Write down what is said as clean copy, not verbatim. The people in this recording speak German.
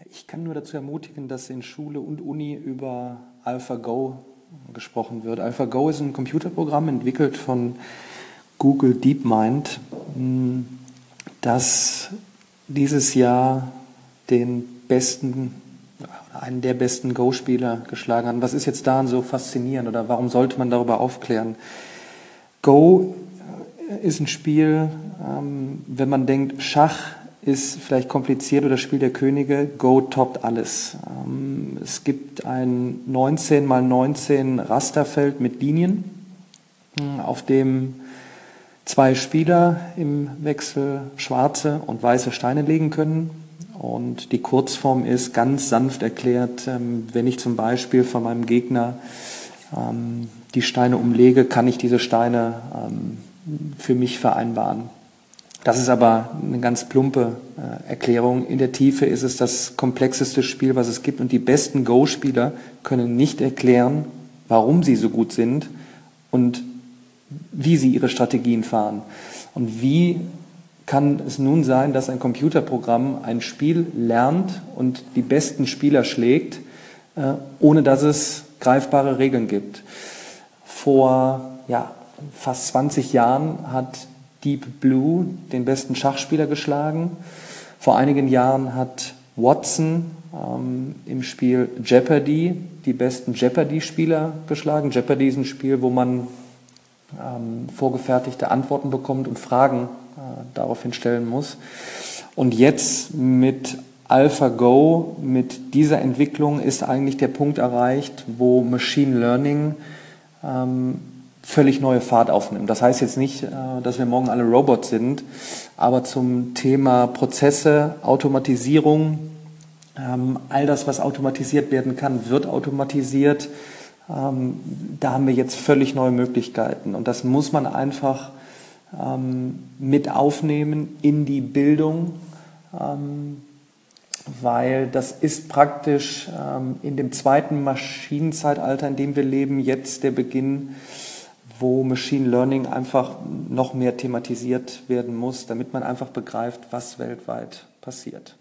Ich kann nur dazu ermutigen, dass in Schule und Uni über AlphaGo gesprochen wird. AlphaGo ist ein Computerprogramm, entwickelt von Google DeepMind, das dieses Jahr einen der besten Go-Spieler geschlagen hat. Was ist jetzt daran so faszinierend oder warum sollte man darüber aufklären? Go ist ein Spiel, wenn man denkt, Schach ist vielleicht kompliziert oder Spiel der Könige, Go toppt alles. Es gibt ein 19×19 Rasterfeld mit Linien, auf dem zwei Spieler im Wechsel schwarze und weiße Steine legen können. Und die Kurzform ist ganz sanft erklärt, wenn ich zum Beispiel von meinem Gegner die Steine umlege, kann ich diese Steine für mich vereinbaren. Das ist aber eine ganz plumpe Erklärung. In der Tiefe ist es das komplexeste Spiel, was es gibt. Und die besten Go-Spieler können nicht erklären, warum sie so gut sind und wie sie ihre Strategien fahren. Und wie kann es nun sein, dass ein Computerprogramm ein Spiel lernt und die besten Spieler schlägt, ohne dass es greifbare Regeln gibt? Vor fast 20 Jahren hat Deep Blue den besten Schachspieler geschlagen. Vor einigen Jahren hat Watson im Spiel Jeopardy die besten Jeopardy-Spieler geschlagen. Jeopardy ist ein Spiel, wo man vorgefertigte Antworten bekommt und Fragen daraufhin stellen muss. Und jetzt mit AlphaGo, mit dieser Entwicklung ist eigentlich der Punkt erreicht, wo Machine Learning völlig neue Fahrt aufnimmt. Das heißt jetzt nicht, dass wir morgen alle Robots sind, aber zum Thema Prozesse, Automatisierung, all das, was automatisiert werden kann, wird automatisiert. Da haben wir jetzt völlig neue Möglichkeiten. Und das muss man einfach mit aufnehmen in die Bildung, weil das ist praktisch in dem zweiten Maschinenzeitalter, in dem wir leben, jetzt der Beginn, wo Machine Learning einfach noch mehr thematisiert werden muss, damit man einfach begreift, was weltweit passiert.